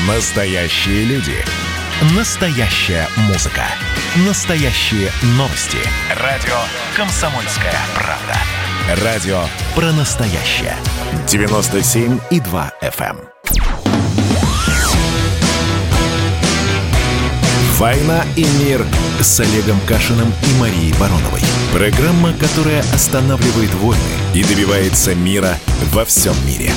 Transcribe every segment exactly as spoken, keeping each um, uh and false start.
Настоящие люди. Настоящая музыка. Настоящие новости. Радио «Комсомольская правда». Радио про настоящее. девяносто семь и два эф эм. «Война и мир» с Олегом Кашиным и Марией Бароновой. Программа, которая останавливает войны и добивается мира во всем мире.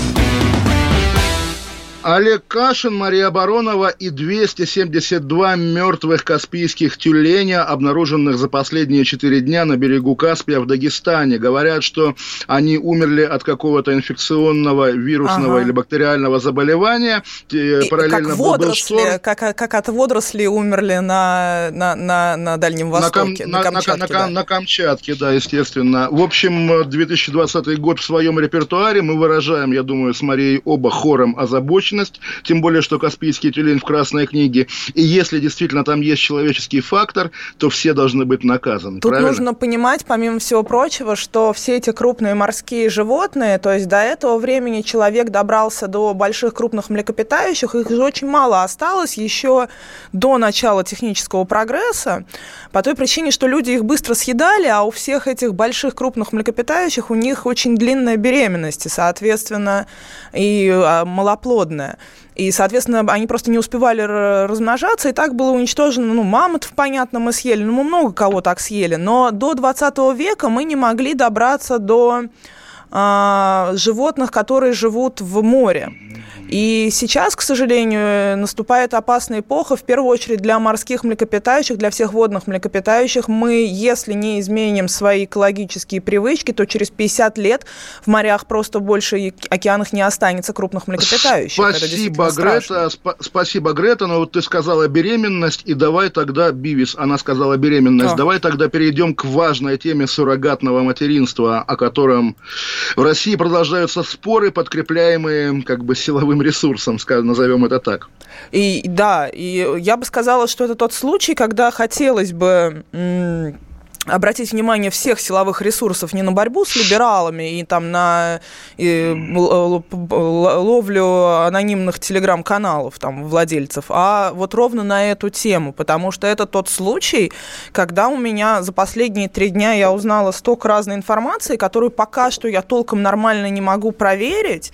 Олег Кашин, Мария Баронова и двести семьдесят два мертвых каспийских тюленя, обнаруженных за последние четыре дня на берегу Каспия в Дагестане. Говорят, что они умерли от какого-то инфекционного, вирусного ага. или бактериального заболевания. И параллельно как водоросли, как, как от водорослей умерли на, на, на, на Дальнем Востоке, на, на, на Камчатке. На, да. на, на Камчатке, да, естественно. В общем, две тысячи двадцатый год в своем репертуаре мы выражаем, я думаю, с Марией оба хором озабоченность. Тем более, что Каспийский тюлень в Красной книге. И если действительно там есть человеческий фактор, то все должны быть наказаны. Тут правильно? Нужно понимать, помимо всего прочего, что все эти крупные морские животные, то есть до этого времени человек добрался до больших крупных млекопитающих, их же очень мало осталось еще до начала технического прогресса, по той причине, что люди их быстро съедали, а у всех этих больших крупных млекопитающих у них очень длинная беременность, и, соответственно, и малоплодная. И, соответственно, они просто не успевали размножаться, и так было уничтожено, ну, мамонтов, понятно, мы съели, ну, мы много кого так съели, но до двадцатого века мы не могли добраться до а, животных, которые живут в море. И сейчас, к сожалению, наступает опасная эпоха, в первую очередь для морских млекопитающих, для всех водных млекопитающих. Мы, если не изменим свои экологические привычки, то через пятьдесят лет в морях просто больше океанах не останется крупных млекопитающих. Спасибо, Грета, сп- спасибо, Грета, но вот ты сказала беременность, и давай тогда, Бивис, она сказала беременность, а. давай тогда перейдем к важной теме суррогатного материнства, о котором в России продолжаются споры, подкрепляемые как бы силовым ресурсом, назовем это так. И да, и я бы сказала, что это тот случай, когда хотелось бы м- обратить внимание всех силовых ресурсов не на борьбу с либералами и там на и, л- л- ловлю анонимных телеграм-каналов там владельцев, а вот ровно на эту тему, потому что это тот случай, когда у меня за последние три дня я узнала столько разной информации, которую пока что я толком нормально не могу проверить,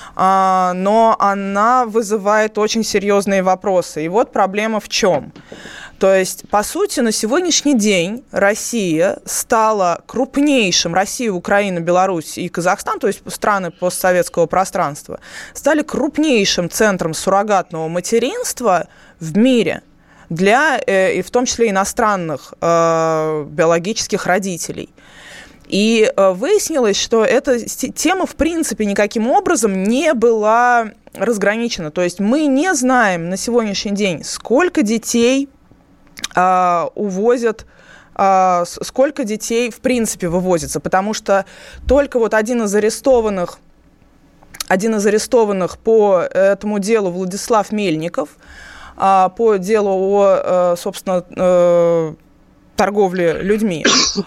но она вызывает очень серьезные вопросы. И вот проблема в чем? То есть, по сути, на сегодняшний день Россия стала крупнейшим, Россия, Украина, Беларусь и Казахстан, то есть страны постсоветского пространства, стали крупнейшим центром суррогатного материнства в мире для, и в том числе, иностранных э, биологических родителей. И выяснилось, что эта тема, в принципе, никаким образом не была разграничена. То есть мы не знаем на сегодняшний день, сколько детей а, увозят, а, сколько детей, в принципе, вывозится. Потому что только вот один из арестованных, один из арестованных по этому делу Владислав Мельников, а, по делу о, собственно, торговле людьми,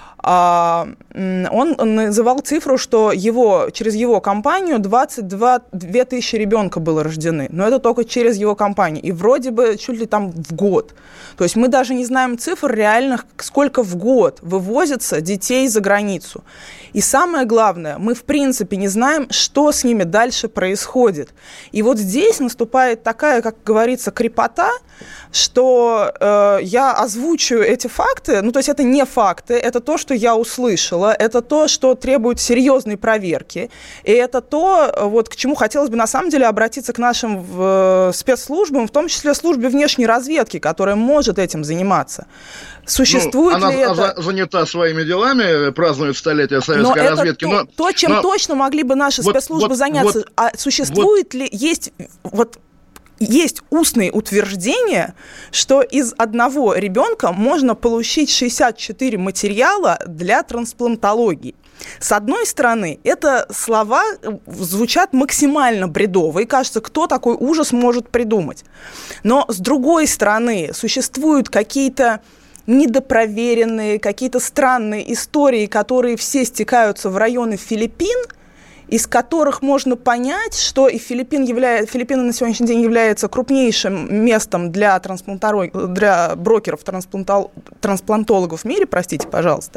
он называл цифру, что его, через его компанию двадцать две тысячи ребенка было рождены. Но это только через его компанию. И вроде бы чуть ли там в год. То есть мы даже не знаем цифр реальных, сколько в год вывозится детей за границу. И самое главное, мы в принципе не знаем, что с ними дальше происходит. И вот здесь наступает такая, как говорится, крепота, что э, я озвучу эти факты, ну то есть это не факты, это то, что я услышала, это то, что требует серьезной проверки, и это то, вот, к чему хотелось бы на самом деле обратиться к нашим в, спецслужбам, в том числе службе внешней разведки, которая может этим заниматься. Существует ну, ли она это... занята своими делами, празднует столетие советской но разведки. Это но то, то, чем но... точно могли бы наши вот, спецслужбы вот, заняться. Вот, а существует вот... ли, есть... Вот, есть устные утверждения, что из одного ребенка можно получить шестьдесят четыре материала для трансплантологии. С одной стороны, это слова звучат максимально бредово, и кажется, кто такой ужас может придумать. Но с другой стороны, существуют какие-то недопроверенные, какие-то странные истории, которые все стекаются в районы Филиппин, из которых можно понять, что и Филиппин является, Филиппины на сегодняшний день являются крупнейшим местом для, для брокеров, трансплантол, трансплантологов в мире, простите, пожалуйста.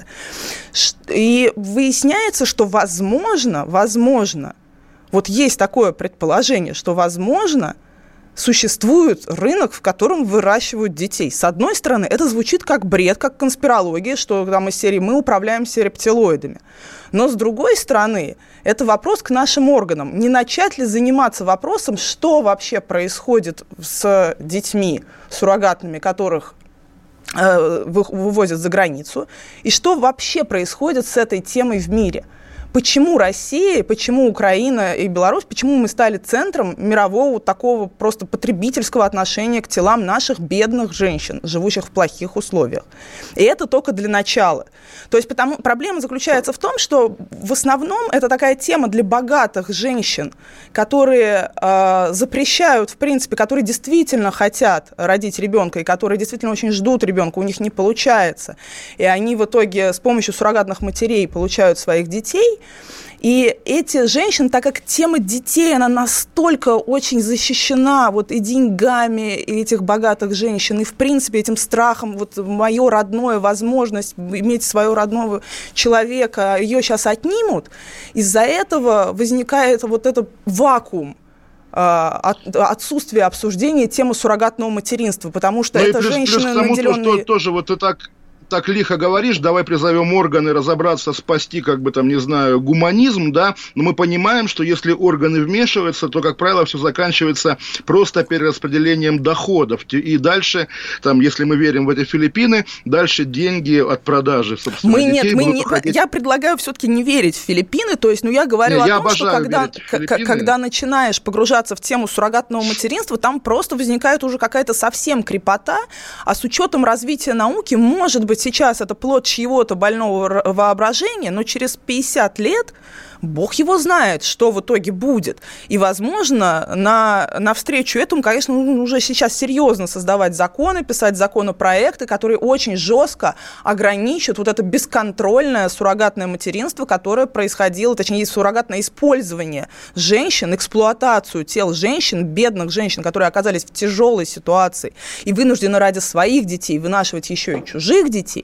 И выясняется, что возможно, возможно, вот есть такое предположение, что возможно, существует рынок, в котором выращивают детей. С одной стороны, это звучит как бред, как конспирология, что там из серии «мы управляемся рептилоидами». Но с другой стороны, это вопрос к нашим органам. Не начать ли заниматься вопросом, что вообще происходит с детьми суррогатными, которых э, вывозят за границу, и что вообще происходит с этой темой в мире? Почему Россия, почему Украина и Беларусь, почему мы стали центром мирового такого просто потребительского отношения к телам наших бедных женщин, живущих в плохих условиях? И это только для начала. То есть потому, проблема заключается в том, что в основном это такая тема для богатых женщин, которые э, запрещают, в принципе, которые действительно хотят родить ребенка и которые действительно очень ждут ребенка, у них не получается. И они в итоге с помощью суррогатных матерей получают своих детей. И эти женщины, так как тема детей, она настолько очень защищена вот и деньгами этих богатых женщин, и, в принципе, этим страхом, вот мое родное, возможность иметь своего родного человека, ее сейчас отнимут, из-за этого возникает вот этот вакуум, отсутствие обсуждения темы суррогатного материнства, потому что ну это плюс, женщины, плюс к тому, наделенные... что тоже вот ты так... так лихо говоришь, давай призовем органы разобраться, спасти, как бы там, не знаю, гуманизм, да, но мы понимаем, что если органы вмешиваются, то, как правило, все заканчивается просто перераспределением доходов. И дальше, там, если мы верим в эти Филиппины, дальше деньги от продажи, собственно, мы детей нет, мы будут не, уходить... Я предлагаю все-таки не верить в Филиппины, то есть, ну, я говорю не, о я том, что когда, к- когда начинаешь погружаться в тему суррогатного материнства, там просто возникает уже какая-то совсем крепота, а с учетом развития науки, может быть, сейчас это плод чьего-то больного воображения, но через пятьдесят лет Бог его знает, что в итоге будет. И, возможно, на, навстречу этому, конечно, нужно уже сейчас серьезно создавать законы, писать законопроекты, которые очень жестко ограничат вот это бесконтрольное суррогатное материнство, которое происходило, точнее, суррогатное использование женщин, эксплуатацию тел женщин, бедных женщин, которые оказались в тяжелой ситуации и вынуждены ради своих детей вынашивать еще и чужих детей.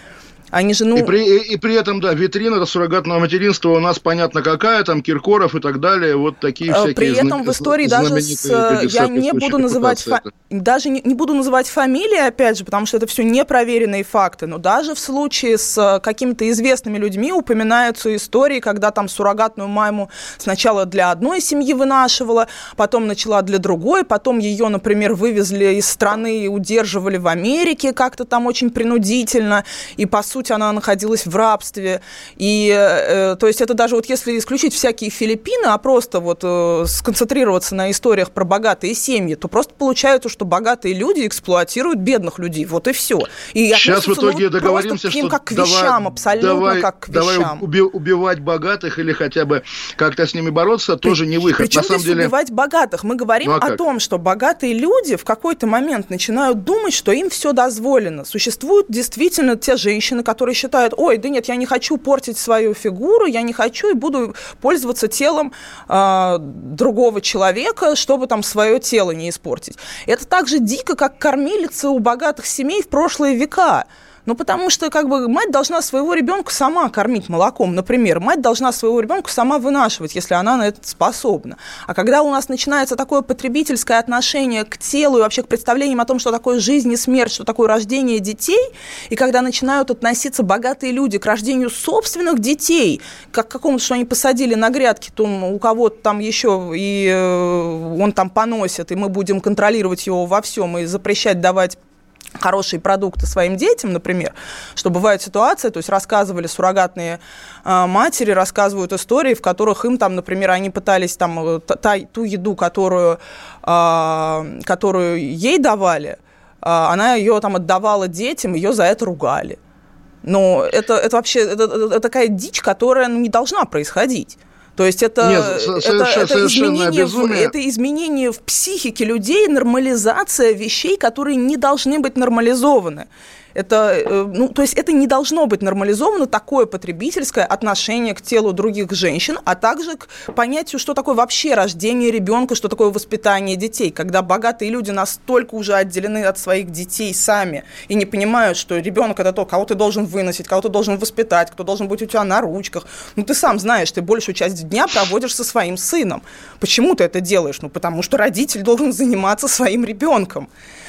Они же, ну... и, при, и, и при этом, да, витрина суррогатного материнства у нас понятно какая, там Киркоров и так далее, вот такие всякие. При этом в истории даже с, я не буду называть фа... даже не, не буду называть фамилии, опять же, потому что это все непроверенные факты, но даже в случае с какими-то известными людьми упоминаются истории, когда там суррогатную маму сначала для одной семьи вынашивала, потом начала для другой, потом ее, например, вывезли из страны и удерживали в Америке как-то там очень принудительно, и по сути она находилась в рабстве. И, э, то есть это даже вот если исключить всякие Филиппины, а просто вот э, сконцентрироваться на историях про богатые семьи, то просто получается, что богатые люди эксплуатируют бедных людей. Вот и все. И сейчас в итоге ну, договоримся, к ним что как к вещам, давай, абсолютно давай, как к давай вещам. Уби- убивать богатых или хотя бы как-то с ними бороться, При, тоже не выход. Причем на самом здесь деле... убивать богатых? Мы говорим ну, а о как? том, что богатые люди в какой-то момент начинают думать, что им все дозволено. Существуют действительно те женщины, которые считают, ой, да нет, я не хочу портить свою фигуру, я не хочу и буду пользоваться телом э, другого человека, чтобы там свое тело не испортить. Это так же дико, как кормилица у богатых семей в прошлые века. Ну, потому что, как бы, мать должна своего ребенка сама кормить молоком, например. Мать должна своего ребенка сама вынашивать, если она на это способна. А когда у нас начинается такое потребительское отношение к телу и вообще к представлениям о том, что такое жизнь и смерть, что такое рождение детей, и когда начинают относиться богатые люди к рождению собственных детей, как к какому-то, что они посадили на грядке, то у кого-то там еще и он там поносит, и мы будем контролировать его во всем и запрещать давать хорошие продукты своим детям, например, что бывает ситуация, то есть рассказывали суррогатные э, матери, рассказывают истории, в которых им там, например, они пытались там та, ту еду, которую, э, которую ей давали, э, она ее там отдавала детям, ее за это ругали. Но это, это вообще это, это такая дичь, которая ну, не должна происходить. То есть это, Нет, это, это, изменение в, это изменение в психике людей, нормализация вещей, которые не должны быть нормализованы. Это, ну, то есть это не должно быть нормализовано, такое потребительское отношение к телу других женщин, а также к понятию, что такое вообще рождение ребенка, что такое воспитание детей, когда богатые люди настолько уже отделены от своих детей сами и не понимают, что ребенок – это то, кого ты должен выносить, кого ты должен воспитать, кто должен быть у тебя на ручках. Ну, ты сам знаешь, ты большую часть дня проводишь со своим сыном. Почему ты это делаешь? Ну, потому что родитель должен заниматься своим ребенком.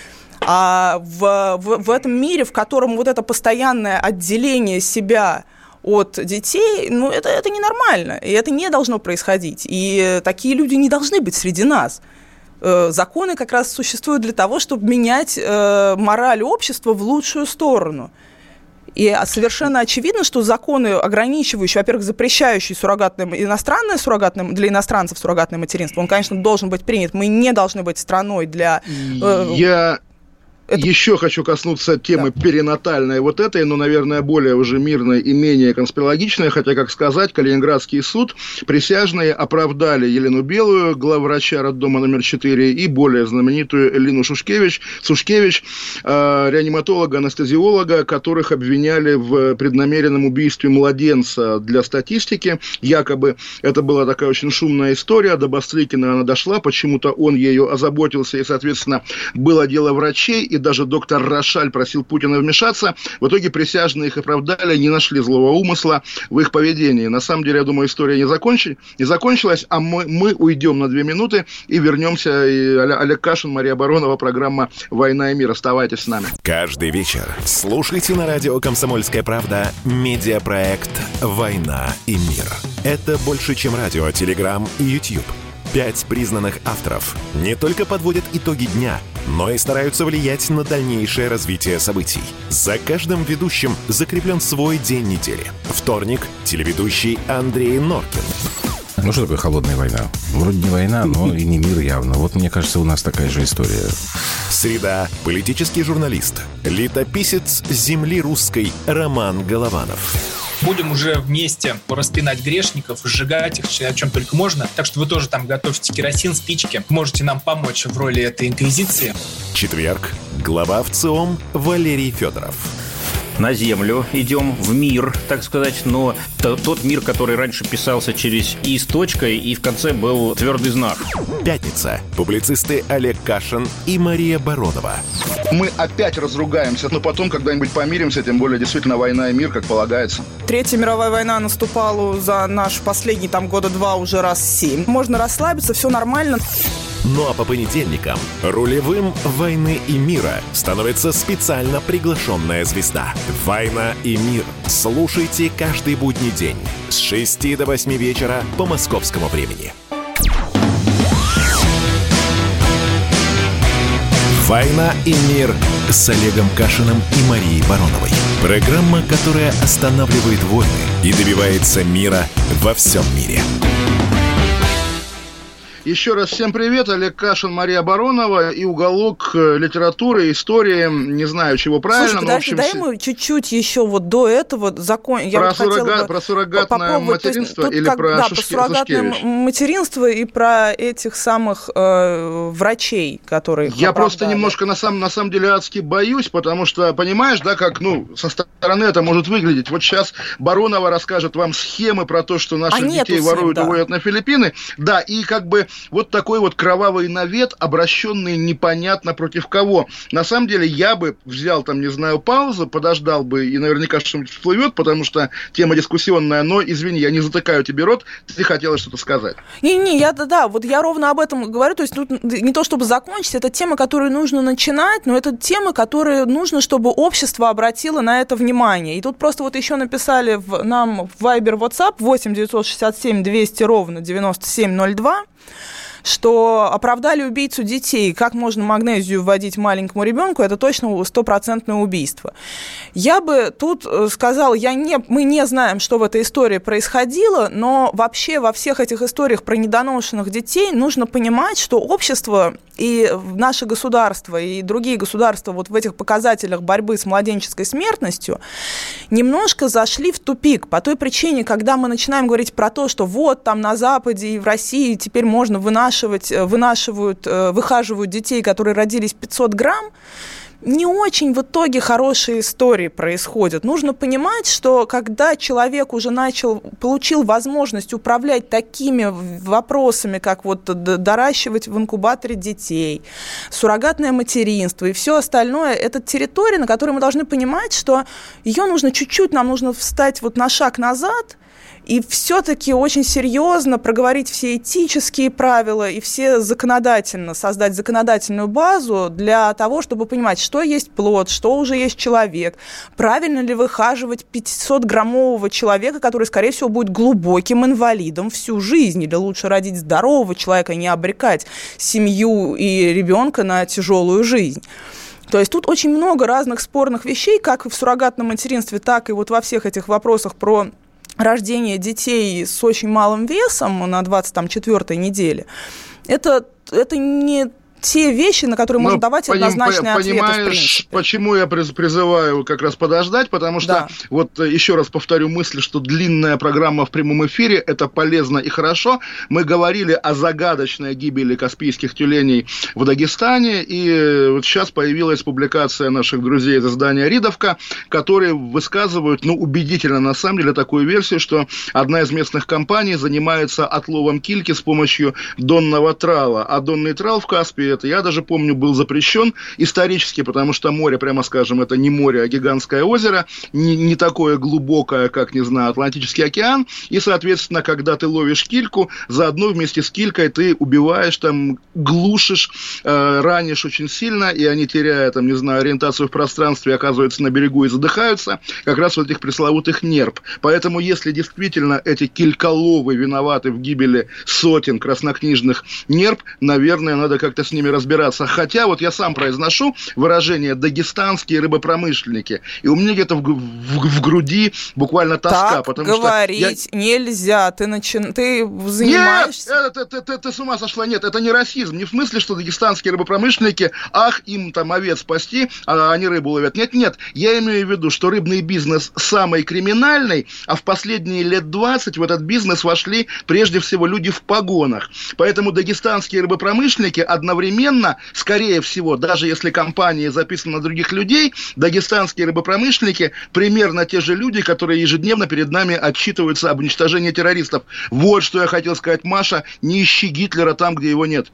А в, в, в этом мире, в котором вот это постоянное отделение себя от детей, ну, это, это ненормально, и это не должно происходить. И такие люди не должны быть среди нас. Законы как раз существуют для того, чтобы менять мораль общества в лучшую сторону. И совершенно очевидно, что законы, ограничивающие, во-первых, запрещающие суррогатное, иностранное суррогатное, для иностранцев суррогатное материнство, он, конечно, должен быть принят. Мы не должны быть страной для... Я... Это... Еще хочу коснуться темы да. перинатальной вот этой, но, наверное, более уже мирной и менее конспирологичной, хотя, как сказать, Калининградский суд, присяжные оправдали Елену Белую, главврача роддома номер четыре, и более знаменитую Элину Шушкевич, Сушкевич, э, реаниматолога, анестезиолога, которых обвиняли в преднамеренном убийстве младенца для статистики. Якобы это была такая очень шумная история, до Бастрыкина она дошла, почему-то он ею озаботился, и, соответственно, было дело врачей, и даже доктор Рошаль просил Путина вмешаться. В итоге присяжные их оправдали, не нашли злого умысла в их поведении. На самом деле, я думаю, история не, закончи, не закончилась, а мы, мы уйдем на две минуты и вернемся. И Олег Кашин, Мария Баронова, программа «Война и мир». Оставайтесь с нами. Каждый вечер слушайте на радио «Комсомольская правда» медиапроект «Война и мир». Это больше, чем радио, телеграм и YouTube. Пять признанных авторов не только подводят итоги дня, но и стараются влиять на дальнейшее развитие событий. За каждым ведущим закреплен свой день недели. Вторник – телеведущий Андрей Норкин. Ну, что такое холодная война? Вроде не война, но и не мир явно. Вот, мне кажется, у нас такая же история. Среда – политический журналист, летописец земли русской Роман Голованов. Будем уже вместе распинать грешников, сжигать их, о чем только можно. Так что вы тоже там готовьте керосин, спички. Можете нам помочь в роли этой инквизиции. Четверг. Глава ВЦИОМ Валерий Федоров. На землю идем, в мир, так сказать, но тот мир, который раньше писался через «и» с точкой, и в конце был твердый знак. Пятница. Публицисты Олег Кашин и Мария Баронова. Мы опять разругаемся, но потом когда-нибудь помиримся, тем более действительно война и мир, как полагается. Третья мировая война наступала за наш последний там года два уже раз семь. Можно расслабиться, все нормально. Ну а по понедельникам рулевым «Войны и мира» становится специально приглашенная звезда. «Война и мир». Слушайте каждый будний день с шести до восьми вечера по московскому времени. «Война и мир» с Олегом Кашиным и Марией Бароновой. Программа, которая останавливает войны и добивается мира во всем мире. Еще раз всем привет, Олег Кашин, Мария Баронова и уголок литературы, истории, не знаю, чего правильно. Слушай, подожди, общем, дай мы чуть-чуть еще вот до этого закон... Я про, вот суррога... бы про суррогатное материнство есть, или как, про да, Шушке... про суррогатное Шушкевич? материнство и про этих самых э, врачей, которые... Я оправдали. просто немножко на самом, на самом деле адски боюсь, потому что, понимаешь, да, как, ну, со стороны это может выглядеть. Вот сейчас Баронова расскажет вам схемы про то, что наших а детей воруют и да. уводят на Филиппины. Да, и как бы вот такой вот кровавый навет, обращенный непонятно против кого. На самом деле я бы взял там, не знаю, паузу, подождал бы, и наверняка что-нибудь всплывет, потому что тема дискуссионная, но, извини, я не затыкаю тебе рот, ты хотела что-то сказать. Не-не, я, да, вот я ровно об этом говорю, то есть тут не то, чтобы закончить, это тема, которую нужно начинать, но это тема, которую нужно, чтобы общество обратило на это внимание. И тут просто вот еще написали в, нам в Viber, WhatsApp восемь девятьсот шестьдесят семь двести ровно девяносто семь ноль два, что оправдали убийцу детей. Как можно магнезию вводить маленькому ребенку? Это точно стопроцентное убийство. Я бы тут сказала, я не, мы не знаем, что в этой истории происходило, но вообще во всех этих историях про недоношенных детей нужно понимать, что общество и наше государство, и другие государства вот в этих показателях борьбы с младенческой смертностью немножко зашли в тупик по той причине, когда мы начинаем говорить про то, что вот там на Западе и в России теперь можно вынашивать вынашивать, вынашивают, выхаживают детей, которые родились пятьсот грамм, не очень в итоге хорошие истории происходят. Нужно понимать, что когда человек уже начал, получил возможность управлять такими вопросами, как вот доращивать в инкубаторе детей, суррогатное материнство и все остальное, это территория, на которой мы должны понимать, что ее нужно чуть-чуть, нам нужно встать вот на шаг назад и все-таки очень серьезно проговорить все этические правила и все законодательно, создать законодательную базу для того, чтобы понимать, что есть плод, что уже есть человек, правильно ли выхаживать пятисотграммового человека, который, скорее всего, будет глубоким инвалидом всю жизнь, или лучше родить здорового человека и не обрекать семью и ребенка на тяжелую жизнь. То есть тут очень много разных спорных вещей, как и в суррогатном материнстве, так и вот во всех этих вопросах про рождение детей с очень малым весом на двадцать четвёртой неделе, это, это не те вещи, на которые можно давать поним, однозначные ответы, понимаешь, в принципе. Почему я призываю как раз подождать, потому что, да. вот еще раз повторю мысль, что длинная программа в прямом эфире, это полезно и хорошо. Мы говорили о загадочной гибели каспийских тюленей в Дагестане, и вот сейчас появилась публикация наших друзей из издания «Ридовка», которые высказывают, ну, убедительно на самом деле, такую версию, что одна из местных компаний занимается отловом кильки с помощью донного трала, а донный трал в Каспии, это, я даже помню, был запрещен исторически, потому что море, прямо скажем, это не море, а гигантское озеро, не, не такое глубокое, как, не знаю, Атлантический океан, и, соответственно, когда ты ловишь кильку, заодно вместе с килькой ты убиваешь, там, глушишь, э, ранишь очень сильно, и они, теряя, там, не знаю, ориентацию в пространстве, оказываются на берегу и задыхаются, как раз вот этих пресловутых нерп. Поэтому, если действительно эти кильколовы виноваты в гибели сотен краснокнижных нерп, наверное, надо как-то с ними разбираться. Хотя вот я сам произношу выражение «дагестанские рыбопромышленники», и у меня где-то в, в, в груди буквально тоска. Так потому говорить что я... нельзя. Ты, начи... ты занимаешься... Нет, это, ты, ты, ты с ума сошла. Нет, это не расизм. Не в смысле, что дагестанские рыбопромышленники, ах, им там овец спасти, а они рыбу ловят. Нет, нет. Я имею в виду, что рыбный бизнес самый криминальный, а в последние лет двадцать в этот бизнес вошли прежде всего люди в погонах. Поэтому дагестанские рыбопромышленники одновременно Одновременно, скорее всего, даже если компании записаны на других людей, дагестанские рыбопромышленники примерно те же люди, которые ежедневно перед нами отчитываются об уничтожении террористов. Вот что я хотел сказать, Маша, не ищи Гитлера там, где его нет.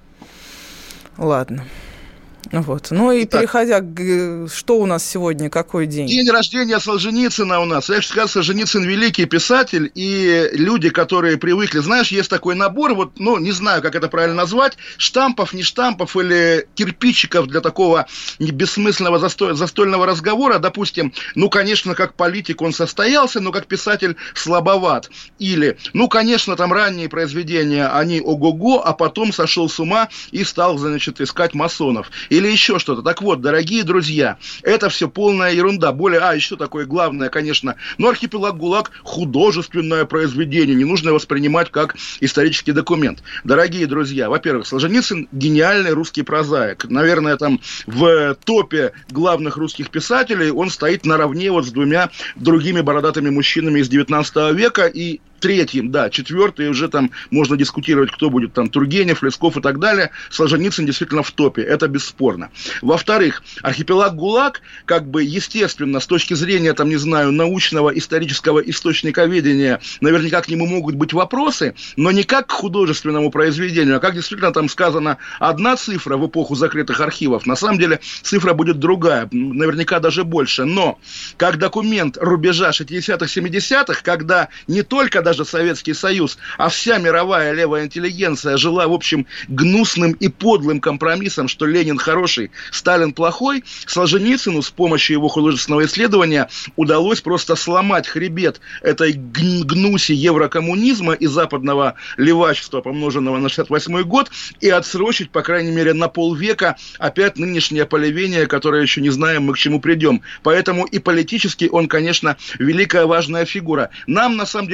Ладно. Вот. Ну и Итак, переходя к... Что у нас сегодня, какой день? День рождения Солженицына у нас. Я хочу сказать, Солженицын великий писатель, и люди, которые привыкли, знаешь, есть такой набор, вот, ну, не знаю, как это правильно назвать, штампов, не штампов или кирпичиков для такого бессмысленного засто... застольного разговора. Допустим, ну, конечно, как политик он состоялся, но как писатель слабоват. Или, ну, конечно, там ранние произведения, они ого-го, а потом сошел с ума и стал, значит, искать масонов. Или еще что-то. Так вот, дорогие друзья, это все полная ерунда. Более, а, еще такое главное, конечно, ну, «Архипелаг ГУЛАГ» — художественное произведение, не нужно его воспринимать как исторический документ. Дорогие друзья, во-первых, Солженицын — гениальный русский прозаик. Наверное, там в топе главных русских писателей он стоит наравне вот с двумя другими бородатыми мужчинами из девятнадцатого века, и третьим, да, четвертый, уже там можно дискутировать, кто будет там, Тургенев, Лесков и так далее. Солженицын действительно в топе, это бесспорно. Во-вторых, «Архипелаг ГУЛАГ», как бы, естественно, с точки зрения, там, не знаю, научного, исторического источниковедения, наверняка к нему могут быть вопросы, но не как к художественному произведению, а как действительно там сказано одна цифра в эпоху закрытых архивов. На самом деле цифра будет другая, наверняка даже больше, но как документ рубежа шестидесятых-семидесятых, когда не только даже даже Советский Союз, а вся мировая левая интеллигенция жила, в общем, гнусным и подлым компромиссом, что Ленин хороший, Сталин плохой, Солженицыну с помощью его художественного исследования удалось просто сломать хребет этой гнуси еврокоммунизма и западного левачества, помноженного на шестьдесят восьмой год, и отсрочить, по крайней мере, на полвека опять нынешнее полевение, которое еще не знаем, мы к чему придем. Поэтому и политически он, конечно, великая важная фигура. Нам, на самом деле, во многом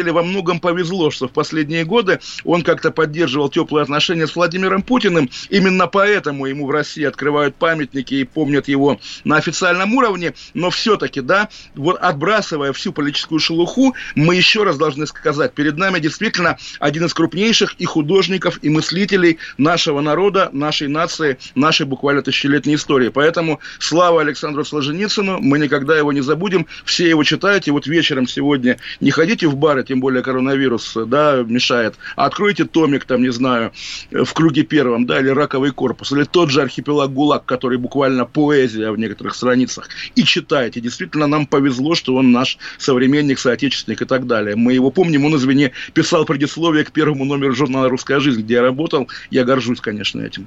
многом повезло, что в последние годы он как-то поддерживал теплые отношения с Владимиром Путиным. Именно поэтому ему в России открывают памятники и помнят его на официальном уровне. Но все-таки, да, вот отбрасывая всю политическую шелуху, мы еще раз должны сказать, перед нами действительно один из крупнейших и художников, и мыслителей нашего народа, нашей нации, нашей буквально тысячелетней истории. Поэтому слава Александру Солженицыну, мы никогда его не забудем, все его читайте. Вот вечером сегодня не ходите в бары, тем более коронавирус, да, мешает, а откройте томик, там, не знаю, в круге первом, да, или раковый корпус, или тот же архипелаг ГУЛАГ, который буквально поэзия в некоторых страницах, и читайте. Действительно, нам повезло, что он наш современник, соотечественник и так далее. Мы его помним, он, извини, писал предисловие к первому номеру журнала «Русская жизнь», где я работал. Я горжусь, конечно, этим.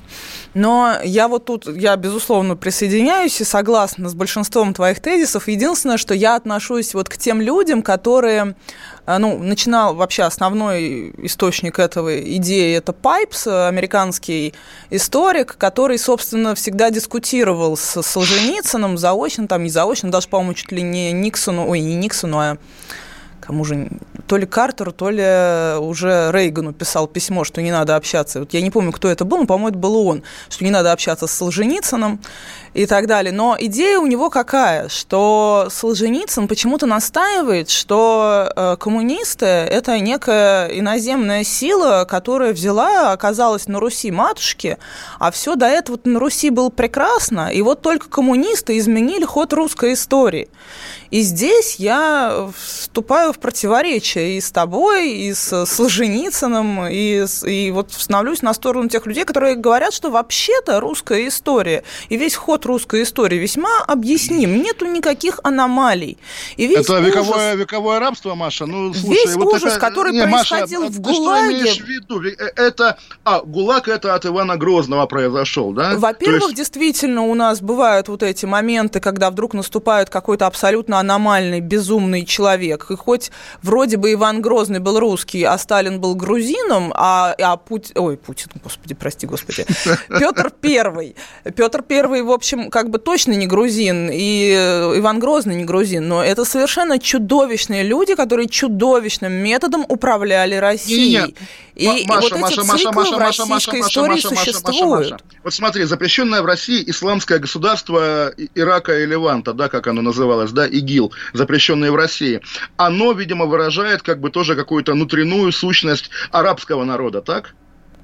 Но я вот тут, я, безусловно, присоединяюсь и согласна с большинством твоих тезисов. Единственное, что я отношусь вот к тем людям, которые, ну, начинал вообще основной источник этой идеи, это Пайпс, американский историк, который, собственно, всегда дискутировал с Солженицыным заочно, там не заочно, даже, по-моему, чуть ли не Никсону, ой, не Никсону, а кому же, то ли Картеру, то ли уже Рейгану писал письмо, что не надо общаться. Вот я не помню, кто это был, но, по-моему, это был он, что не надо общаться с Солженицыным и так далее. Но идея у него какая? Что Солженицын почему-то настаивает, что коммунисты – это некая иноземная сила, которая взяла, оказалась на Руси матушки, а все до этого на Руси было прекрасно, и вот только коммунисты изменили ход русской истории. И здесь я вступаю в противоречие и с тобой, и с Солженицыным, и, и вот становлюсь на сторону тех людей, которые говорят, что вообще-то русская история и весь ход русской истории весьма объясним. Нету никаких аномалий. И весь это ужас, вековое, вековое рабство, Маша? Ну, слушай, весь вот ужас, это... который Не, происходил Маша, в ты ГУЛАГе... что имеешь в виду? Это... А, ГУЛАГ это от Ивана Грозного произошел, да? Во-первых, есть... действительно, у нас бывают вот эти моменты, когда вдруг наступает какой-то абсолютно аномальный, безумный человек. И хоть вроде бы Иван Грозный был русский, а Сталин был грузином, а, а Путин... Ой, Путин, господи, прости, господи. Петр Первый. Петр Первый, в общем, как бы точно не грузин, и Иван Грозный не грузин, но это совершенно чудовищные люди, которые чудовищным методом управляли Россией. Не-не-не. И, Маша, и вот эти Маша, циклы Маша, в Маша, российской Маша, истории Маша, Маша, существуют. Маша, Маша. Вот смотри, запрещенное в России исламское государство Ирака и Леванта, да, как оно называлось, да, ИГИЛ, запрещенное в России, оно, видимо, выражает как бы тоже какую-то внутреннюю сущность арабского народа, так?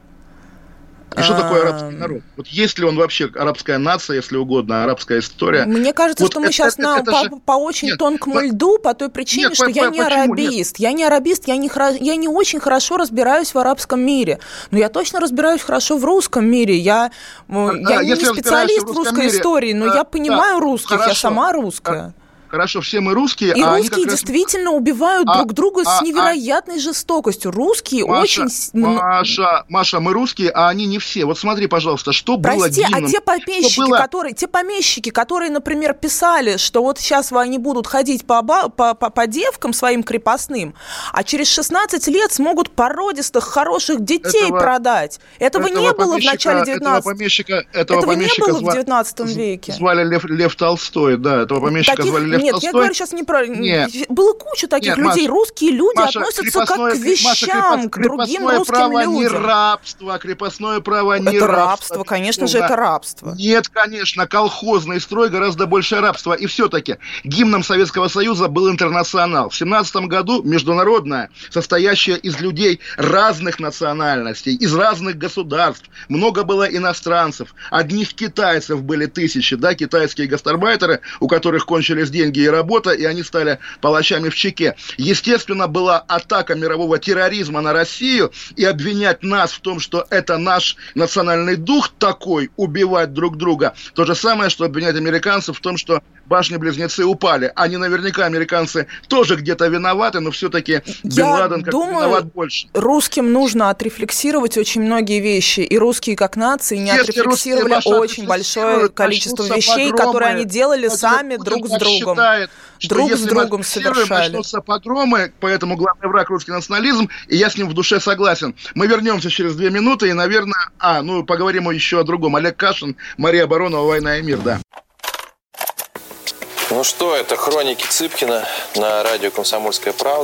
И что такое арабский народ? Вот есть ли он вообще арабская нация, если угодно, арабская история? Мне кажется, вот что это, мы сейчас это, на, это по, же... по очень Нет, тонкому по... льду, по той причине, Нет, что по, я по, не почему? арабист. Нет. Я не арабист, я не, я не очень хорошо разбираюсь в арабском мире. Но я точно разбираюсь хорошо в русском мире. Я, а, я не специалист в русской мире, истории, но а, я понимаю да, русских, хорошо. Я сама русская. Хорошо, все мы русские. И а русские раз... действительно убивают а, друг друга а, с невероятной а... жестокостью. Русские Маша, очень... Маша, Маша, мы русские, а они не все. Вот смотри, пожалуйста, что Прости, было гимном? а те помещики, было... которые, те помещики, которые, например, писали, что вот сейчас они будут ходить по, по, по, по девкам своим крепостным, а через шестнадцать лет смогут породистых, хороших детей этого, продать. Этого, этого не было в начале девятнадцатого. Этого помещика, этого этого помещика не было зва... в девятнадцатом веке. Звали Лев, Лев Толстой, да, этого помещика Таких... звали Лев Нет, Толстой. я говорю сейчас не про... Нет. Было куча таких Нет, людей. Маша, Русские люди Маша, относятся как к вещам, Маша, к другим русским право людям. Не рабство, крепостное право не это рабство. рабство, конечно же, это рабство. Нет, конечно, колхозный строй гораздо большее рабство. И все-таки гимном Советского Союза был «Интернационал». В семнадцатом году международная, состоящая из людей разных национальностей, из разных государств. Много было иностранцев. Одних китайцев были тысячи, да, китайские гастарбайтеры, у которых кончились деньги и работа, и они стали палачами в чеке. Естественно, была атака мирового терроризма на Россию, и обвинять нас в том, что это наш национальный дух такой, убивать друг друга, то же самое, что обвинять американцев в том, что башни-близнецы упали. Они наверняка, американцы, тоже где-то виноваты, но все-таки Бен Ладен как виноват больше. Русским нужно отрефлексировать очень многие вещи, и русские как нации не Если отрефлексировали русские, очень большое количество вещей, погромы, которые они делали сами друг с другом. Считает, друг с другом совершали. Начнутся погромы, поэтому главный враг русский национализм, и я с ним в душе согласен. Мы вернемся через две минуты, и, наверное, а, ну, поговорим еще о другом. Олег Кашин, Мария Баронова, «Война и мир», да. Ну что, это «Хроники Цыпкина» на радио «Комсомольская правда».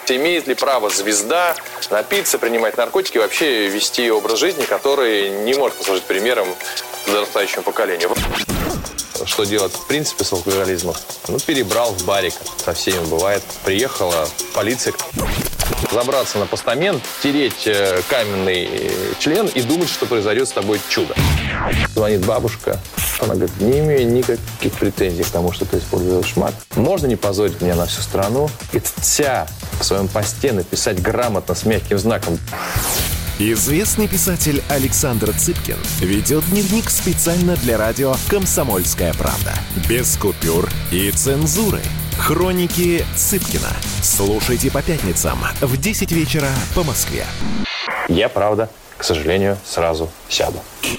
Имеет ли право звезда напиться, принимать наркотики и вообще вести образ жизни, который не может послужить примером подрастающему поколению? Что делать в принципе с алкоголизмом? Ну, перебрал в барик. Со всеми бывает. Приехала полиция. Забраться на постамент, тереть каменный член и думать, что произойдет с тобой чудо. Звонит бабушка. Она говорит, не имею никаких претензий к тому, что ты используешь мат. Можно не позорить меня на всю страну и вся в своем посте написать грамотно с мягким знаком. Известный писатель Александр Цыпкин ведет дневник специально для радио «Комсомольская правда». Без купюр и цензуры. Хроники Цыпкина. Слушайте по пятницам в десять вечера по Москве. Я, правда, к сожалению, сразу сяду.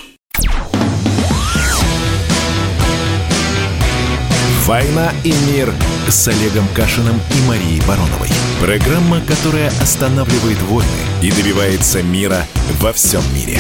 «Война и мир» с Олегом Кашиным и Марией Бароновой. Программа, которая останавливает войны и добивается мира во всем мире.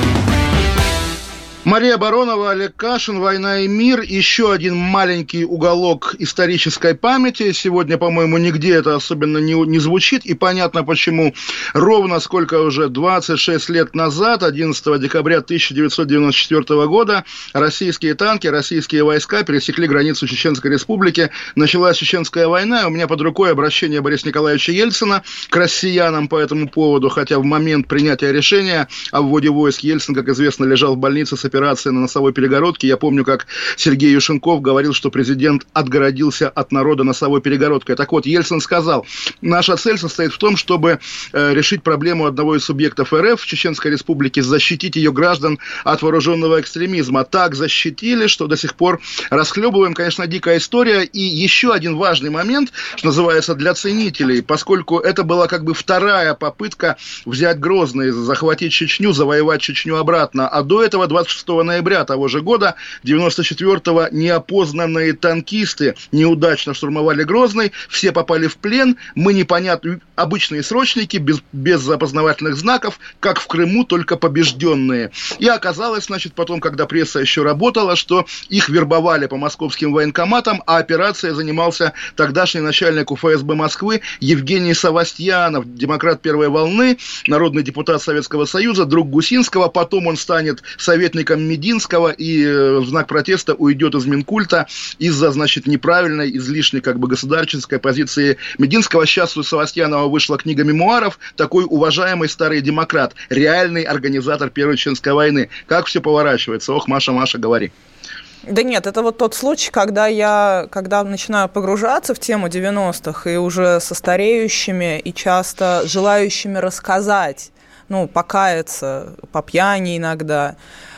Мария Баронова, Олег Кашин, «Война и мир». Еще один маленький уголок исторической памяти. Сегодня, по-моему, нигде это особенно не, не звучит. И понятно почему. Ровно сколько уже, двадцать шесть лет назад, одиннадцатого декабря тысяча девятьсот девяносто четвёртого года, российские танки, российские войска пересекли границу Чеченской Республики. Началась Чеченская война. У меня под рукой обращение Бориса Николаевича Ельцина к россиянам по этому поводу. Хотя в момент принятия решения о вводе войск Ельцин, как известно, лежал в больнице с операции на носовой перегородке. Я помню, как Сергей Юшенков говорил, что президент отгородился от народа носовой перегородкой. Так вот, Ельцин сказал, наша цель состоит в том, чтобы э, решить проблему одного из субъектов эр эф в Чеченской Республике, защитить ее граждан от вооруженного экстремизма. Так защитили, что до сих пор расхлебываем. Конечно, дикая история. И еще один важный момент, что называется, для ценителей, поскольку это была как бы вторая попытка взять Грозный, захватить Чечню, завоевать Чечню обратно. А до этого двадцать шестого ноября того же года, девяносто четвёртого, неопознанные танкисты неудачно штурмовали Грозный, все попали в плен, мы непонятные, обычные срочники, без, без опознавательных знаков, как в Крыму, только побежденные. И оказалось, значит, потом, когда пресса еще работала, что их вербовали по московским военкоматам, а операцией занимался тогдашний начальник у эф эс бэ Москвы Евгений Савастьянов, демократ первой волны, народный депутат Советского Союза, друг Гусинского, потом он станет советником Мединского и э, в знак протеста уйдет из Минкульта из-за, значит, неправильной, излишней, как бы, государственной позиции Мединского. Сейчас у Савастьянова вышла книга мемуаров, такой уважаемый старый демократ, реальный организатор Первой Чеченской войны. Как все поворачивается? Ох, Маша, Маша, говори. Да нет, это вот тот случай, когда я, когда начинаю погружаться в тему девяностых и уже со стареющими и часто желающими рассказать, ну, покаяться по пьяни иногда,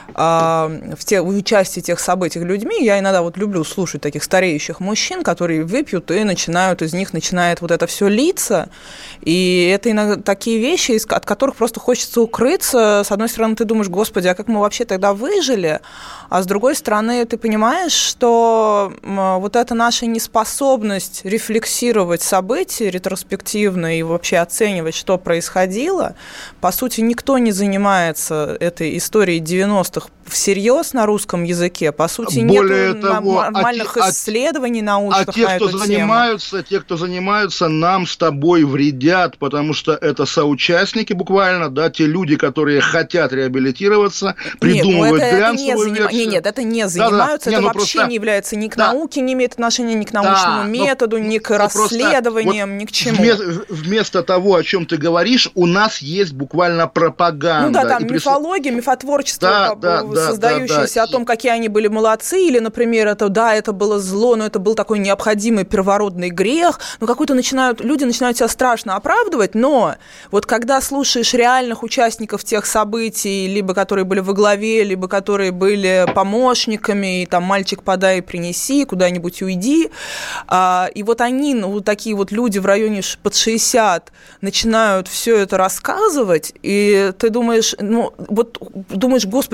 в, те, в участии тех событий людьми. Я иногда вот люблю слушать таких стареющих мужчин, которые выпьют и начинают, из них начинает вот это все литься. И это иногда такие вещи, от которых просто хочется укрыться. С одной стороны, ты думаешь, господи, а как мы вообще тогда выжили? А с другой стороны, ты понимаешь, что вот эта наша неспособность рефлексировать события ретроспективно и вообще оценивать, что происходило, по сути, никто не занимается этой историей девяностых всерьез на русском языке. По сути, нет нормальных а исследований а, научных а те, на эту кто занимаются, те, кто занимаются, нам с тобой вредят, потому что это соучастники буквально, да, те люди, которые хотят реабилитироваться, придумывают нет, ну глянцевую это, это не, нет, нет, это не занимаются, да, да. это не, вообще просто... не является ни к да. науке, не имеет отношения ни к научному да, методу, но, ни к расследованиям, вот ни к чему. Вместо, вместо того, о чем ты говоришь, у нас есть буквально пропаганда. Ну да, там мифология, прис... мифотворчество, да, да, да, создающееся да, да, да. о том, какие они были молодцы, или, например, это, да, это было зло, но это был такой необходимый первородный грех, но какой-то начинают, люди начинают себя страшно оправдывать, но вот когда слушаешь реальных участников тех событий, либо которые были во главе, либо которые были помощниками, и там «мальчик, подай, принеси, куда-нибудь уйди», а, и вот они, ну, вот такие вот люди в районе под шестьдесят начинают все это рассказывать, и ты думаешь, ну, вот думаешь, господи, где бы найти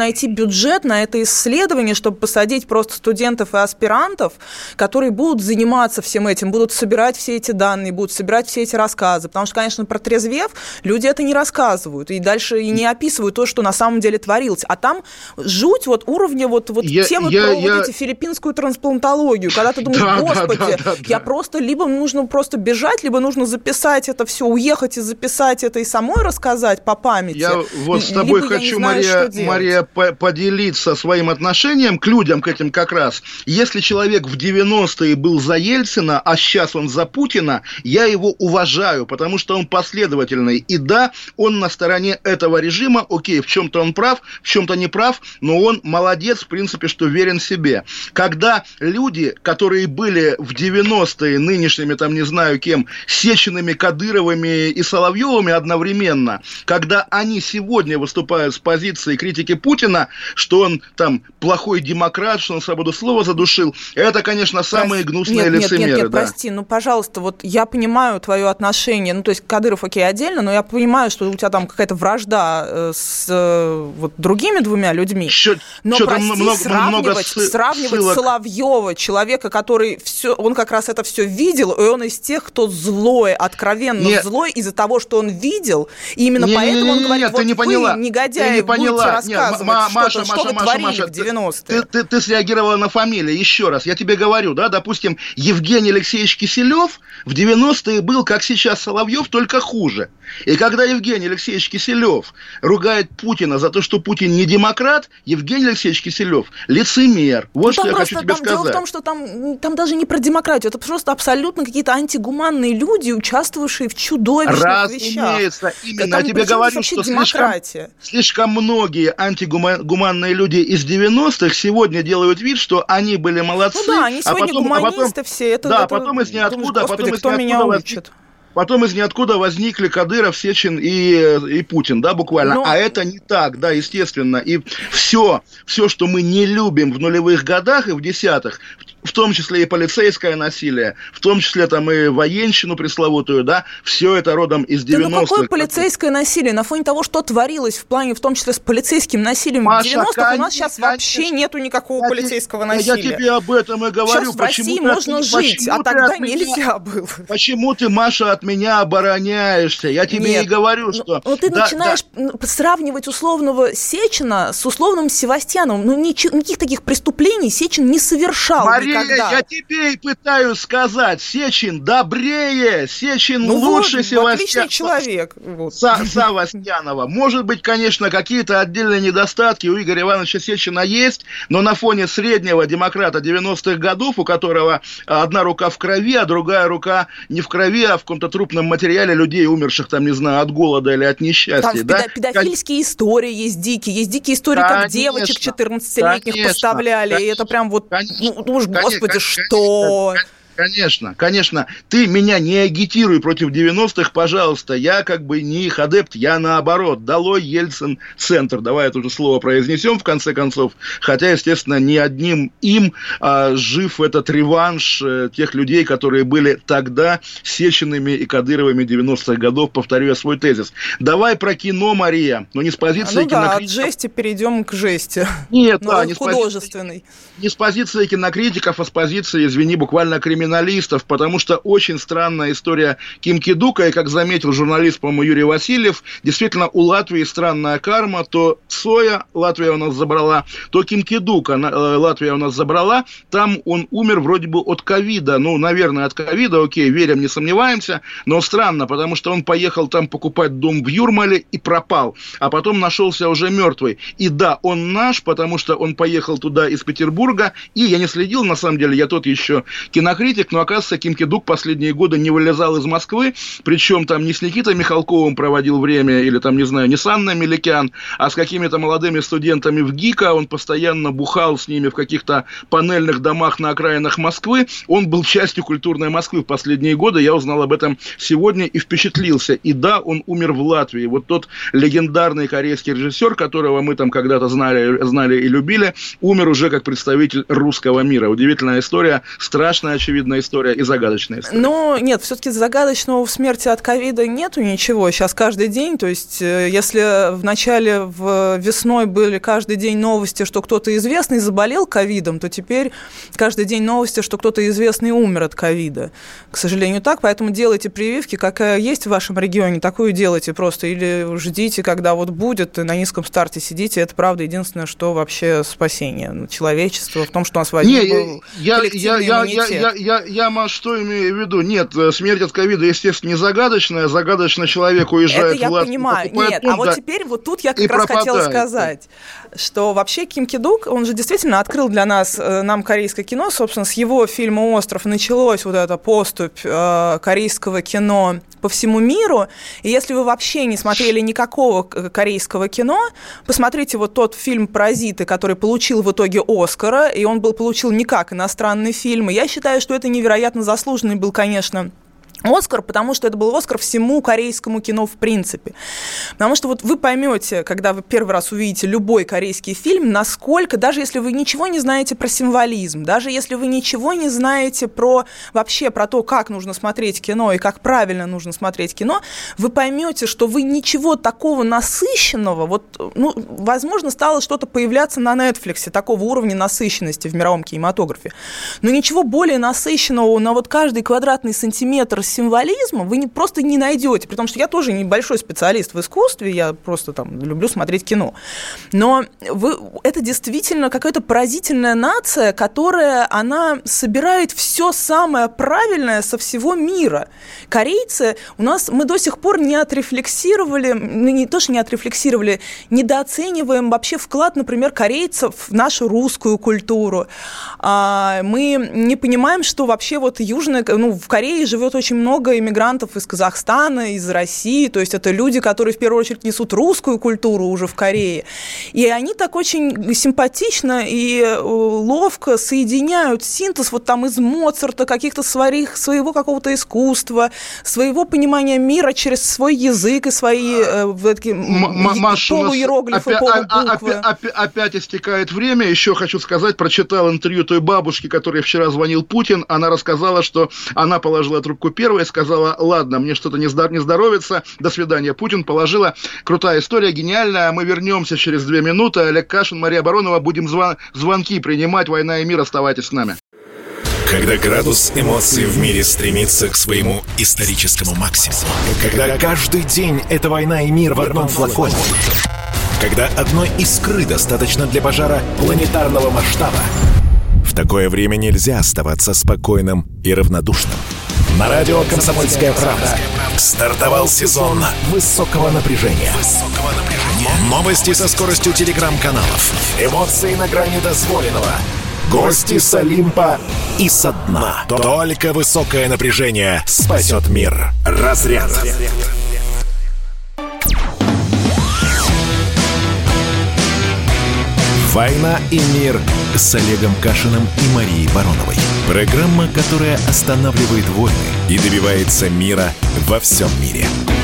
найти бюджет на это исследование, чтобы посадить просто студентов и аспирантов, которые будут заниматься всем этим, будут собирать все эти данные, будут собирать все эти рассказы. Потому что, конечно, протрезвев, люди это не рассказывают. И дальше и не описывают то, что на самом деле творилось. А там жуть вот уровня вот, вот я, темы я, про я... вот эти филиппинскую трансплантологию. Когда ты думаешь, да, господи, да, да, да, я да. просто, либо нужно просто бежать, либо нужно записать это все, уехать и записать это и самой рассказать по памяти. Я вот с тобой либо хочу, знаю, Мария, Мария, поделиться своим отношением к людям, к этим как раз. Если человек в девяностые был за Ельцина, а сейчас он за Путина, я его уважаю, потому что он последовательный. И да, он на стороне этого режима, окей, в чем-то он прав, в чем-то не прав, но он молодец, в принципе, что верен себе. Когда люди, которые были в девяностые нынешними, там, не знаю кем, Сечиными, Кадыровыми и Соловьевыми одновременно, когда они сегодня выступают с позиции критики Путина, что он там плохой демократ, что он свободу слова задушил, это, конечно, самые Прости. гнусные нет, лицемеры. Нет, нет, нет, да. прости, ну, пожалуйста, вот я понимаю твое отношение, ну, то есть Кадыров, окей, отдельно, но я понимаю, что у тебя там какая-то вражда с вот другими двумя людьми, Чё, но, прости, много, сравнивать, много сы- сравнивать ссылок. Соловьева, человека, который все, он как раз это все видел, и он из тех, кто злой, откровенно нет. злой из-за того, что он видел, и именно не, поэтому не, не, не, он говорит, нет, вот не вы, поняла. негодяи, не будете поняла. рассказывать, нет, Маша, что, Маша, что вы Маша, творили Маша, в девяностые. Ты, ты, ты среагировала на фамилию, еще раз, я тебе говорю, да, допустим, Евгений Алексеевич Киселев в девяностые был, как сейчас Соловьев, только хуже. И когда Евгений Алексеевич Киселев ругает Путина за то, что Путин не демократ, Евгений Алексеевич Киселев лицемер. Вот ну, что я просто, хочу тебе там, сказать. Дело в том, что там, там даже не про демократию, это просто абсолютно какие-то антигуманные люди, участвовавшие в чудовищных Разумеется, вещах. именно. Там, я тебе говорю, что слишком, слишком многие антигуманные люди из девяностых сегодня делают вид, что они были молодцы. Ну да, они сегодня а потом, гуманисты а потом, все. Это, да, это, потом из ниоткуда, думаешь, потом господи, из кто ниоткуда меня возник, учит? Потом из ниоткуда возникли Кадыров, Сечин и, и Путин, да, буквально. Но... А это не так, да, естественно. И все, все, что мы не любим в нулевых годах и в десятых, в том числе и полицейское насилие, в том числе там и военщину пресловутую, да, все это родом из девяностых. Да ну какое полицейское насилие? На фоне того, что творилось в плане, в том числе с полицейским насилием Маша, в девяностых, конечно, у нас сейчас вообще конечно. нету никакого я полицейского тебе, насилия. Я тебе об этом и говорю. Сейчас в России можно ты, жить, а тогда нельзя меня, было. Почему ты, Маша, от меня обороняешься? Я тебе Нет, и говорю, что... Ну ты да, начинаешь да. сравнивать условного Сечина с условным Севастьяновым. Ну ничего, никаких таких преступлений Сечин не совершал Мария, никогда. Я тебе и пытаюсь сказать, Сечин добрее, Сечин ну лучше вот, Севастьянова. Отличный человек. Вот. Са- Савастьянова. Может быть, конечно, какие-то отдельные недостатки у Игоря Ивановича Сечина есть, но на фоне среднего демократа девяностых годов, у которого одна рука в крови, а другая рука не в крови, а в каком-то трупном материале людей, умерших, там, не знаю, от голода или от несчастья. Там да? педофильские как... истории есть дикие. Есть дикие истории, конечно, как девочек четырнадцатилетних конечно, поставляли. Конечно, и это прям вот, конечно, ну уж, господи, конечно, что... Конечно, конечно. Ты меня не агитируй против девяностых, пожалуйста. Я как бы не их адепт, я наоборот. Долой Ельцин-центр. Давай это уже слово произнесем в конце концов. Хотя, естественно, не одним им а, жив этот реванш э, тех людей, которые были тогда Сечиными и Кадыровыми девяностых годов. Повторю я свой тезис. Давай про кино, Мария. Но не с позиции а, ну кинокритиков. Да, от жести перейдем к жести. Нет, но да, не художественный. С позиции, не с позиции кинокритиков, а с позиции, извини, буквально криминальных. Потому что очень странная история Ким Ки-дука, и, как заметил журналист, по-моему, Юрий Васильев, действительно, у Латвии странная карма, то Цоя Латвия у нас забрала, то Ким Ки-дука Латвия у нас забрала, там он умер вроде бы от ковида, ну, наверное, от ковида, окей, верим, не сомневаемся, но странно, потому что он поехал там покупать дом в Юрмале и пропал, а потом нашелся уже мертвый. И да, он наш, потому что он поехал туда из Петербурга, и я не следил, на самом деле, я тот еще кинокритик, но, оказывается, Ким Ки-дук последние годы не вылезал из Москвы, причем там не с Никитой Михалковым проводил время, или там, не знаю, не с Анной Меликян, а с какими-то молодыми студентами в ГИКа, он постоянно бухал с ними в каких-то панельных домах на окраинах Москвы, он был частью культурной Москвы в последние годы, я узнал об этом сегодня и впечатлился, и да, он умер в Латвии, вот тот легендарный корейский режиссер, которого мы там когда-то знали, знали и любили, умер уже как представитель русского мира, удивительная история, страшная, очевидно, праведная история и загадочная история. Ну, нет, все-таки загадочного в смерти от ковида нету ничего. Сейчас каждый день, то есть, если в начале в весной были каждый день новости, что кто-то известный заболел ковидом, то теперь каждый день новости, что кто-то известный умер от ковида. К сожалению, так, поэтому делайте прививки, какая есть в вашем регионе, такую делайте просто, или ждите, когда вот будет, и на низком старте сидите. Это, правда, единственное, что вообще спасение человечества в том, что у нас возник был коллективный я, иммунитет. Я, я, я, я, я что имею в виду? Нет, смерть от ковида, естественно, не загадочная. Загадочно человек уезжает Это я в Латвию, понимаю. Нет, а вот теперь вот тут я как раз хотела сказать, что вообще Ким Ки-дук, он же действительно открыл для нас, нам корейское кино. Собственно, с его фильма «Остров» началось вот эта поступь э, корейского кино по всему миру. И если вы вообще не смотрели никакого корейского кино, посмотрите вот тот фильм «Паразиты», который получил в итоге «Оскара», и он был, получил не как иностранный фильм. И я считаю, что это невероятно заслуженный был, конечно, Оскар, потому что это был Оскар всему корейскому кино в принципе. Потому что вот вы поймете, когда вы первый раз увидите любой корейский фильм, насколько, даже если вы ничего не знаете про символизм, даже если вы ничего не знаете про вообще про то, как нужно смотреть кино и как правильно нужно смотреть кино, вы поймете, что вы ничего такого насыщенного, вот, ну, возможно, стало что-то появляться на Netflix, такого уровня насыщенности в мировом кинематографе, но ничего более насыщенного на вот каждый квадратный сантиметр символизма вы не, просто не найдете, при том, что я тоже небольшой специалист в искусстве, я просто там люблю смотреть кино, но вы, это действительно какая-то поразительная нация, которая, она собирает все самое правильное со всего мира. Корейцы, у нас, мы до сих пор не отрефлексировали, ну не то, что не отрефлексировали, недооцениваем вообще вклад, например, корейцев в нашу русскую культуру. Мы не понимаем, что вообще вот южная, ну, в Корее живет очень много иммигрантов из Казахстана, из России, то есть это люди, которые в первую очередь несут русскую культуру уже в Корее, и они так очень симпатично и ловко соединяют синтез вот там из Моцарта, каких-то своих, своего какого-то искусства, своего понимания мира через свой язык и свои э, такие, Маша, полуиероглифы, опять, полубуквы. Опять, опять истекает время, еще хочу сказать, прочитал интервью той бабушки, которой вчера звонил Путин, она рассказала, что она положила трубку первой, сказала, ладно, мне что-то не здоровится, до свидания. Путин положила. Крутая история, гениальная. Мы вернемся через две минуты. Олег Кашин, Мария Баронова. Будем звон- звонки принимать. «Война и мир». Оставайтесь с нами. Когда градус эмоций в мире стремится к своему историческому максимуму. Когда каждый день это война и мир в одном флаконе. Когда одной искры достаточно для пожара планетарного масштаба. В такое время нельзя оставаться спокойным и равнодушным. На радио «Комсомольская правда» стартовал сезон высокого напряжения. Новости со скоростью телеграм-каналов. Эмоции на грани дозволенного. Гости с Олимпа и со дна. Только высокое напряжение спасет мир. Разряд. «Война и мир» с Олегом Кашиным и Марией Бароновой. Программа, которая останавливает войны и добивается мира во всем мире.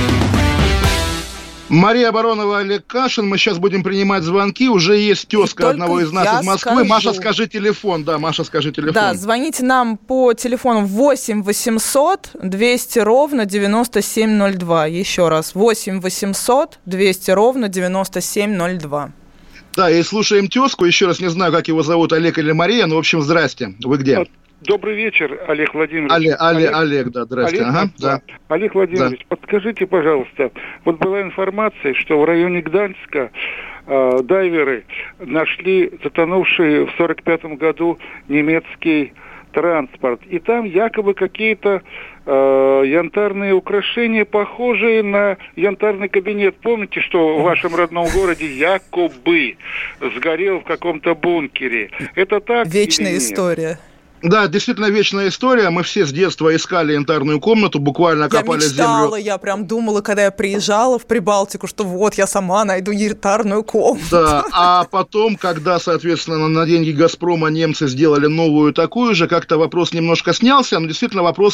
Мария Баронова, Олег Кашин. Мы сейчас будем принимать звонки. Уже есть тезка одного из нас из Москвы. Скажу. Маша, скажи телефон. Да, Маша, скажи телефон. Да, звоните нам по телефону восемь восемьсот двести ровно девяносто семь ноль два. Еще раз, восемь восемьсот двести ровно девяносто семь ноль два. Да, и слушаем тезку. Еще раз не знаю, как его зовут, Олег или Мария. Ну, в общем, здрасте. Вы где? Добрый вечер, Олег Владимирович. Олег, Олег, Олег да, здрасте. Олег, ага, да. Олег Владимирович, да. Подскажите, пожалуйста, вот была информация, что в районе Гданьска э, дайверы нашли затонувший в сорок пятом году немецкий транспорт. И там якобы какие-то э, янтарные украшения, похожие на янтарный кабинет. Помните, что в вашем родном городе якобы сгорел в каком-то бункере? Это так? Вечная история. Да, действительно вечная история. Мы все с детства искали янтарную комнату, буквально копали землю. Я мечтала, я прям думала, когда я приезжала в Прибалтику, что вот, я сама найду янтарную комнату. Да, а потом, когда, соответственно, на деньги «Газпрома» немцы сделали новую такую же, как-то вопрос немножко снялся, но действительно вопрос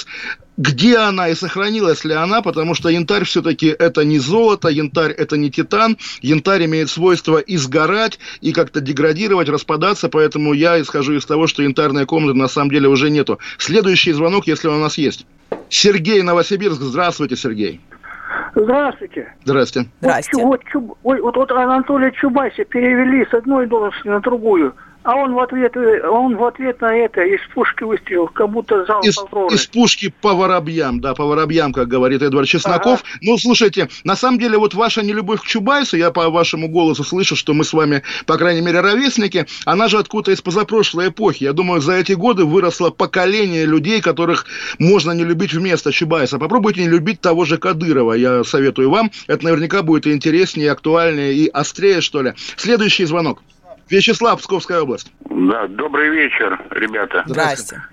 где она и сохранилась ли она, потому что янтарь все-таки это не золото, янтарь это не титан, янтарь имеет свойство изгорать и как-то деградировать, распадаться, поэтому я исхожу из того, что янтарной комнаты на самом деле уже нету. Следующий звонок, если он у нас есть. Сергей, Новосибирск. Здравствуйте, Сергей. Здравствуйте. Здрасте. Здрасте. Вот, вот, вот, вот Анатолия Чубайса перевели с одной должности на другую. А он в ответ, он в ответ на это из пушки выстрелил, как будто зал из, Авроры. Из пушки по воробьям, да, по воробьям, как говорит Эдвард Чесноков. Ага. Ну, слушайте, на самом деле, вот ваша нелюбовь к Чубайсу, я по вашему голосу слышу, что мы с вами, по крайней мере, ровесники, она же откуда-то из позапрошлой эпохи. Я думаю, за эти годы выросло поколение людей, которых можно не любить вместо Чубайса. Попробуйте не любить того же Кадырова, я советую вам. Это наверняка будет и интереснее, и актуальнее, и острее, что ли. Следующий звонок. Вячеслав, Псковская область. Да, добрый вечер, ребята. Здрасте.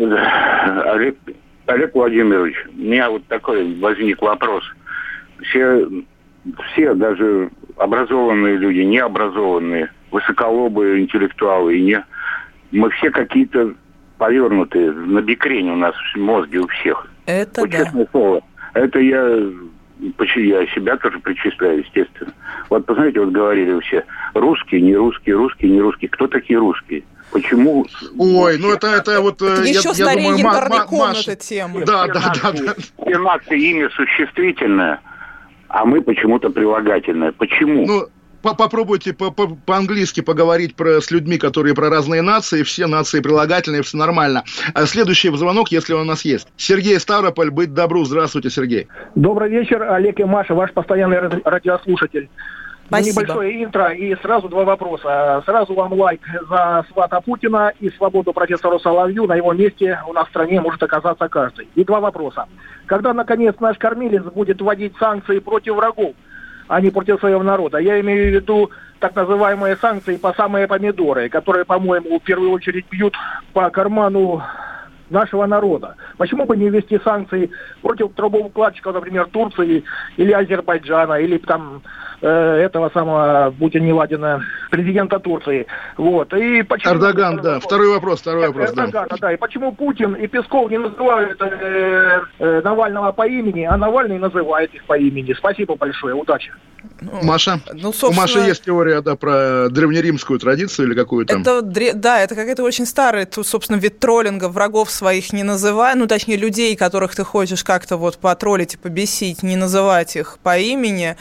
Олег, Олег Владимирович, у меня вот такой возник вопрос. Все, все даже образованные люди, необразованные, высоколобые интеллектуалы, и не, мы все какие-то повернутые, на бекрень у нас в мозге у всех. Это вот, да. Честное слово, это я... Почему я себя тоже причисляю, естественно. Вот, посмотрите, вот говорили все, русские, не русские, русские, не русские. Кто такие русские? Почему? Ой, ну это, это вот... Это я, еще я старее думаю, янтарной Ма- комнаты Маша... тема. Да, да, да, да. Все нации имя существительное, а мы почему-то прилагательное. Почему? Ну, попробуйте по-английски поговорить про, с людьми, которые про разные нации, все нации прилагательные, все нормально. А следующий звонок, если он у нас есть. Сергей, Ставрополь, быть добру. Здравствуйте, Сергей. Добрый вечер, Олег и Маша, ваш постоянный радиослушатель. Спасибо. Небольшое интро и сразу два вопроса. Сразу вам лайк за свата Путина и свободу профессору Соловью. На его месте у нас в стране может оказаться каждый. И два вопроса. Когда, наконец, наш кормилец будет вводить санкции против врагов, а не против своего народа? Я имею в виду так называемые санкции по самые помидоры, которые, по-моему, в первую очередь бьют по карману нашего народа. Почему бы не ввести санкции против трубоукладчиков, например, Турции или Азербайджана, или там э, этого самого, будь он неладен, президента Турции. Вот. И почему... Эрдоган, да. Второй вопрос, второй вопрос. Эрдоган, да. да. И почему Путин и Песков не называют э, э, Навального по имени, а Навальный называет их по имени. Спасибо большое. Удачи. Ну, Маша? Ну, собственно... У Маши есть теория, да, про древнеримскую традицию или какую-то? Это, да, это какая-то очень старая, собственно, вид троллинга, врагов своих не называй, ну, точнее, людей, которых ты хочешь как-то вот потроллить и побесить, не называть их по имени.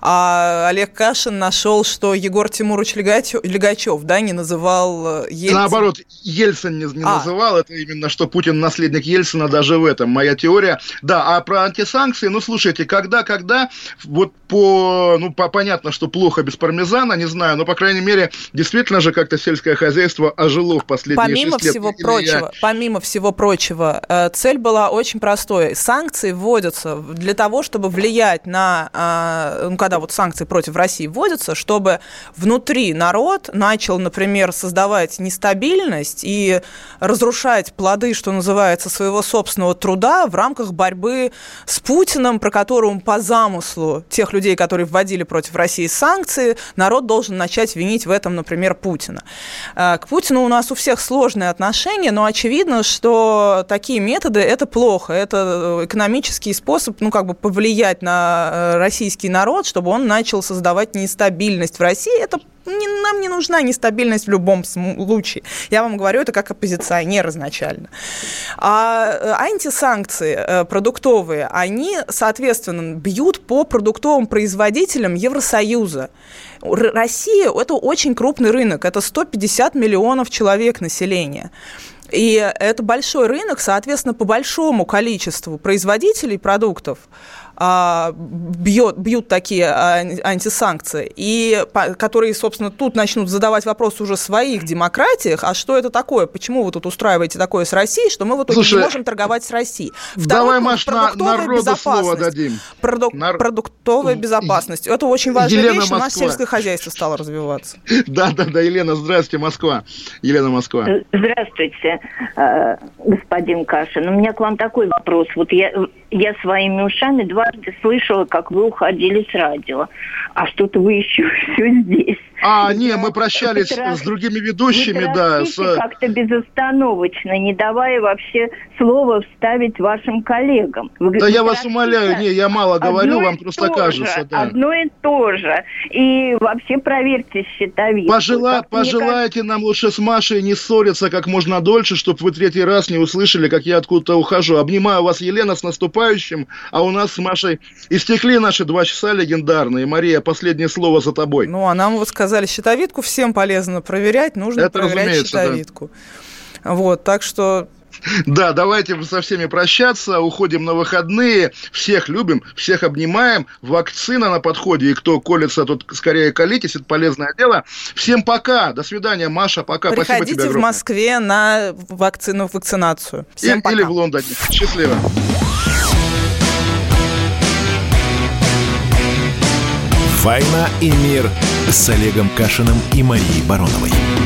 А Олег Кашин нашел, что Егор Тимурович Легачев, да, не называл Ельцин. Наоборот, Ельцин не, не а. называл, это именно, что Путин наследник Ельцина, даже в этом моя теория. Да, а про антисанкции, ну, слушайте, когда-когда, вот по... Ну, по, понятно, что плохо без пармезана, не знаю, но, по крайней мере, действительно же как-то сельское хозяйство ожило в последние помимо шесть лет. Всего Или прочего, я... Помимо всего прочего, цель была очень простой. Санкции вводятся для того, чтобы влиять на... Ну, когда вот санкции против России вводятся, чтобы внутри народ начал, например, создавать нестабильность и разрушать плоды, что называется, своего собственного труда в рамках борьбы с Путиным, про которого по замыслу тех людей, которые вводили против России санкции, народ должен начать винить в этом, например, Путина. К Путину у нас у всех сложные отношения, но очевидно, что такие методы – это плохо. Это экономический способ, ну, как бы повлиять на российский народ, чтобы он начал создавать нестабильность в России. Это не, нам не нужна нестабильность в любом случае. Я вам говорю, это как оппозиционер изначально. А антисанкции продуктовые, они, соответственно, бьют по продуктовым производителям Евросоюза. Россия – это очень крупный рынок, это сто пятьдесят миллионов человек населения. И это большой рынок, соответственно, по большому количеству производителей продуктов бьет, бьют такие антисанкции, и которые, собственно, тут начнут задавать вопрос уже о своих демократиях, а что это такое, почему вы тут устраиваете такое с Россией, что мы в итоге Слушай, не можем торговать с Россией. Второй, давай, Маш, на, народу слово дадим. Проду- Нар... Продуктовая безопасность. Это очень важная Елена, вещь, Москва. Наше сельское хозяйство стало развиваться. Да-да-да, Елена, здравствуйте, Москва. Елена, Москва. Здравствуйте, господин Кашин. У меня к вам такой вопрос. Вот я, я своими ушами дважды слышала, как вы уходили с радио. А что-то вы еще все здесь. А, не, мы прощались с другими ведущими, да. С... как-то безостановочно, не давая вообще слова вставить вашим коллегам. Вы да я вас умоляю, не, я мало говорю, вам просто кажется. Да. Одно и то же. И вообще проверьте счетовицу. Пожела... Пожелайте кажется... нам лучше с Машей не ссориться как можно дольше, чтобы вы третий раз не услышали, как я откуда-то ухожу. Обнимаю вас, Елена, с наступающим, а у нас с Машей истекли наши два часа легендарные. Мария, последнее слово за тобой. Ну, а нам вот сказали, щитовидку всем полезно проверять, нужно это проверять щитовидку. Да. Вот, так что... Да, давайте со всеми прощаться, уходим на выходные, всех любим, всех обнимаем, вакцина на подходе, и кто колется, тот скорее колитесь, это полезное дело. Всем пока, до свидания, Маша, пока. Приходите Спасибо тебе в Москве на вакцину, вакцинацию. Всем и, пока. Или в Лондоне. Счастливо. «Война и мир» с Олегом Кашиным и Марией Бароновой.